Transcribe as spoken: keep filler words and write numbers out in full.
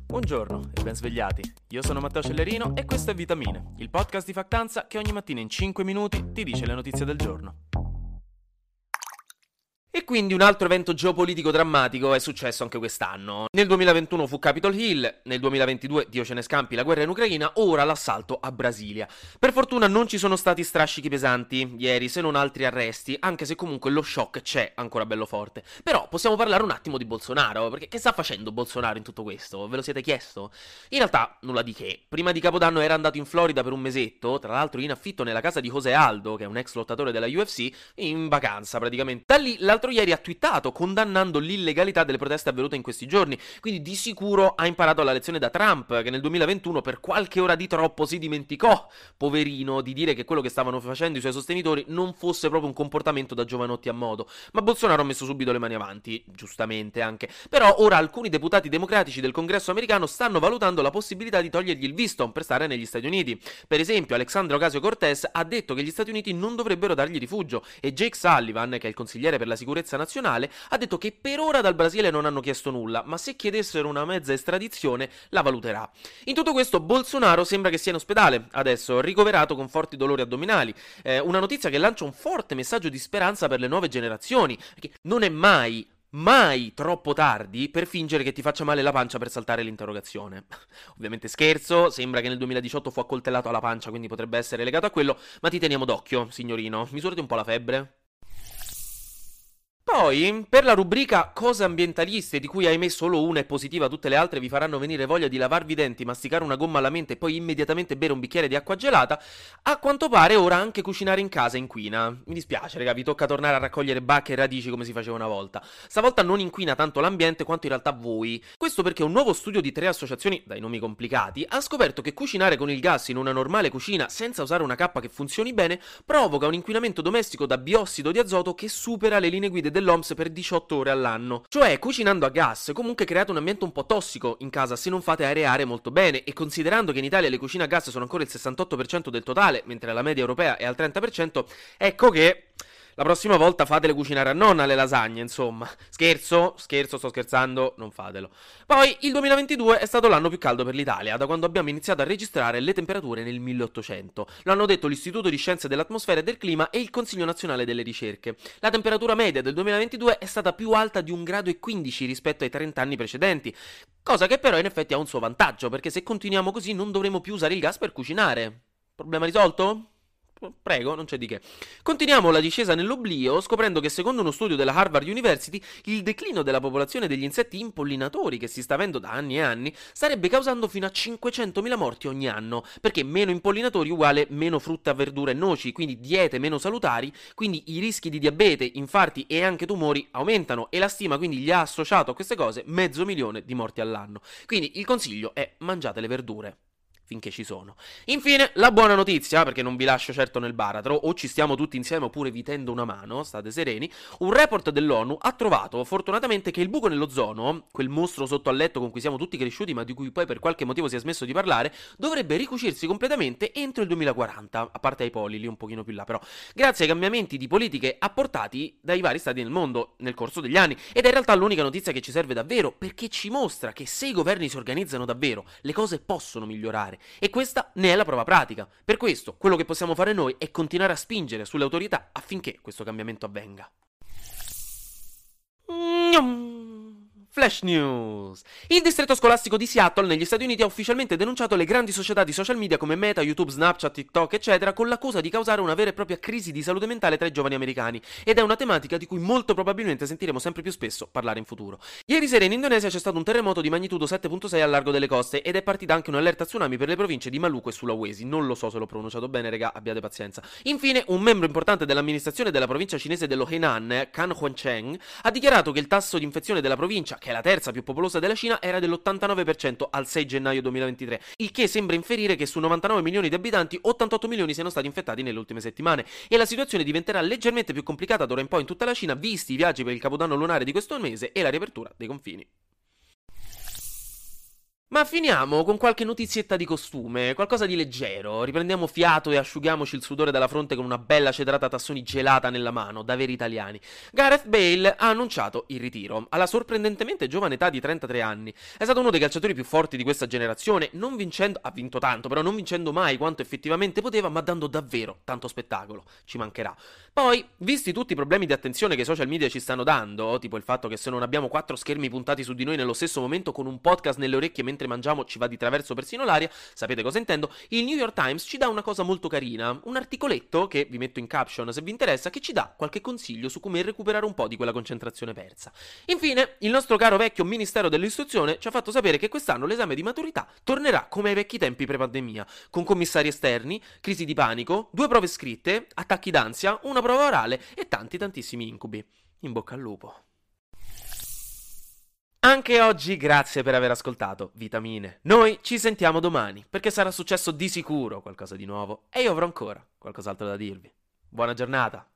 Buongiorno e ben svegliati, io sono Matteo Cellerino e questo è Vitamine, il podcast di Factanza che ogni mattina in cinque minuti ti dice le notizie del giorno. E quindi un altro evento geopolitico drammatico è successo anche quest'anno. Nel duemilaventuno fu Capitol Hill, nel duemilaventidue, Dio ce ne scampi, la guerra in Ucraina, ora l'assalto a Brasilia. Per fortuna non ci sono stati strascichi pesanti ieri, se non altri arresti, anche se comunque lo shock c'è ancora bello forte. Però possiamo parlare un attimo di Bolsonaro, perché che sta facendo Bolsonaro in tutto questo? Ve lo siete chiesto? In realtà nulla di che. Prima di Capodanno era andato in Florida per un mesetto, tra l'altro in affitto nella casa di José Aldo, che è un ex lottatore della U F C, in vacanza praticamente. Da lì l'altro ieri ha twittato condannando l'illegalità delle proteste avvenute in questi giorni, quindi di sicuro ha imparato la lezione da Trump, che nel duemilaventuno per qualche ora di troppo si dimenticò, poverino, di dire che quello che stavano facendo i suoi sostenitori non fosse proprio un comportamento da giovanotti a modo. Ma Bolsonaro ha messo subito le mani avanti, giustamente anche. Però ora alcuni deputati democratici del Congresso americano stanno valutando la possibilità di togliergli il visto per stare negli Stati Uniti. Per esempio Alexandria Ocasio-Cortez ha detto che gli Stati Uniti non dovrebbero dargli rifugio e Jake Sullivan, che è il consigliere per la sicurezza nazionale, ha detto che per ora dal Brasile non hanno chiesto nulla, ma se chiedessero una mezza estradizione la valuterà. In tutto questo Bolsonaro sembra che sia in ospedale, adesso ricoverato con forti dolori addominali, eh, una notizia che lancia un forte messaggio di speranza per le nuove generazioni, perché non è mai mai troppo tardi per fingere che ti faccia male la pancia per saltare l'interrogazione. Ovviamente scherzo, sembra che nel duemiladiciotto fu accoltellato alla pancia, quindi potrebbe essere legato a quello, ma ti teniamo d'occhio, signorino. Misurati un po' la febbre. Poi, per la rubrica cose ambientaliste, di cui ahimè solo una è positiva, tutte le altre vi faranno venire voglia di lavarvi i denti, masticare una gomma alla mente e poi immediatamente bere un bicchiere di acqua gelata, a quanto pare ora anche cucinare in casa inquina. Mi dispiace, raga, vi tocca tornare a raccogliere bacche e radici come si faceva una volta. Stavolta non inquina tanto l'ambiente quanto in realtà voi. Questo perché un nuovo studio di tre associazioni, dai nomi complicati, ha scoperto che cucinare con il gas in una normale cucina senza usare una cappa che funzioni bene provoca un inquinamento domestico da biossido di azoto che supera le linee guida dell'O M S per diciotto ore all'anno. Cioè, cucinando a gas comunque create un ambiente un po' tossico in casa se non fate areare molto bene, e considerando che in Italia le cucine a gas sono ancora il sessantotto per cento del totale, mentre la media europea è al trenta per cento, ecco che la prossima volta fatele cucinare a nonna le lasagne, insomma. Scherzo, scherzo, sto scherzando, non fatelo. Poi, il duemilaventidue è stato l'anno più caldo per l'Italia, da quando abbiamo iniziato a registrare le temperature nel milleottocento. Lo hanno detto l'Istituto di Scienze dell'Atmosfera e del Clima e il Consiglio Nazionale delle Ricerche. La temperatura media del duemilaventidue è stata più alta di un grado e quindici rispetto ai trenta anni precedenti, cosa che però in effetti ha un suo vantaggio, perché se continuiamo così non dovremo più usare il gas per cucinare. Problema risolto? Prego, non c'è di che. Continuiamo la discesa nell'oblio scoprendo che secondo uno studio della Harvard University il declino della popolazione degli insetti impollinatori che si sta avendo da anni e anni starebbe causando fino a cinquecentomila morti ogni anno, perché meno impollinatori uguale meno frutta, verdura e noci, quindi diete meno salutari, quindi i rischi di diabete, infarti e anche tumori aumentano, e la stima quindi gli ha associato a queste cose mezzo milione di morti all'anno. Quindi il consiglio è: mangiate le verdure finché ci sono. Infine, la buona notizia, perché non vi lascio certo nel baratro, o ci stiamo tutti insieme oppure vi tendo una mano, state sereni. Un report dell'ONU ha trovato fortunatamente che il buco nell'ozono, quel mostro sotto al letto con cui siamo tutti cresciuti ma di cui poi per qualche motivo si è smesso di parlare, dovrebbe ricucirsi completamente entro il duemilaquaranta, a parte ai poli, lì un pochino più là però, grazie ai cambiamenti di politiche apportati dai vari stati nel mondo nel corso degli anni. Ed è in realtà l'unica notizia che ci serve davvero, perché ci mostra che se i governi si organizzano davvero, le cose possono migliorare. E questa ne è la prova pratica. Per questo, quello che possiamo fare noi è continuare a spingere sulle autorità affinché questo cambiamento avvenga. Flash News. Il distretto scolastico di Seattle negli Stati Uniti ha ufficialmente denunciato le grandi società di social media come Meta, YouTube, Snapchat, TikTok, eccetera, con l'accusa di causare una vera e propria crisi di salute mentale tra i giovani americani, ed è una tematica di cui molto probabilmente sentiremo sempre più spesso parlare in futuro. Ieri sera in Indonesia c'è stato un terremoto di magnitudo sette virgola sei al largo delle coste ed è partita anche un'allerta tsunami per le province di Maluku e Sulawesi. Non lo so se l'ho pronunciato bene, regà, abbiate pazienza. Infine, un membro importante dell'amministrazione della provincia cinese dello Henan, Kan Huancheng, ha dichiarato che il tasso di infezione della provincia, che è la terza più popolosa della Cina, era dell'ottantanove per cento al sei gennaio duemilaventitré, il che sembra inferire che su novantanove milioni di abitanti ottantotto milioni siano stati infettati nelle ultime settimane, e la situazione diventerà leggermente più complicata d'ora in poi in tutta la Cina, visti i viaggi per il capodanno lunare di questo mese e la riapertura dei confini. Ma finiamo con qualche notizietta di costume, qualcosa di leggero. Riprendiamo fiato e asciughiamoci il sudore dalla fronte con una bella cedrata tassoni gelata nella mano, da veri italiani. Gareth Bale ha annunciato il ritiro, alla sorprendentemente giovane età di trentatré anni. È stato uno dei calciatori più forti di questa generazione, non vincendo, ha vinto tanto, però non vincendo mai quanto effettivamente poteva, ma dando davvero tanto spettacolo. Ci mancherà. Poi, visti tutti i problemi di attenzione che i social media ci stanno dando, tipo il fatto che se non abbiamo quattro schermi puntati su di noi nello stesso momento con un podcast nelle orecchie mentre mangiamo ci va di traverso persino l'aria, sapete cosa intendo, il New York Times ci dà una cosa molto carina, un articoletto che vi metto in caption se vi interessa, che ci dà qualche consiglio su come recuperare un po' di quella concentrazione persa. Infine, il nostro caro vecchio Ministero dell'Istruzione ci ha fatto sapere che quest'anno l'esame di maturità tornerà come ai vecchi tempi pre-pandemia, con commissari esterni, crisi di panico, due prove scritte, attacchi d'ansia, una prova orale e tanti tantissimi incubi. In bocca al lupo. Anche oggi grazie per aver ascoltato Vitamine. Noi ci sentiamo domani, perché sarà successo di sicuro qualcosa di nuovo e io avrò ancora qualcos'altro da dirvi. Buona giornata!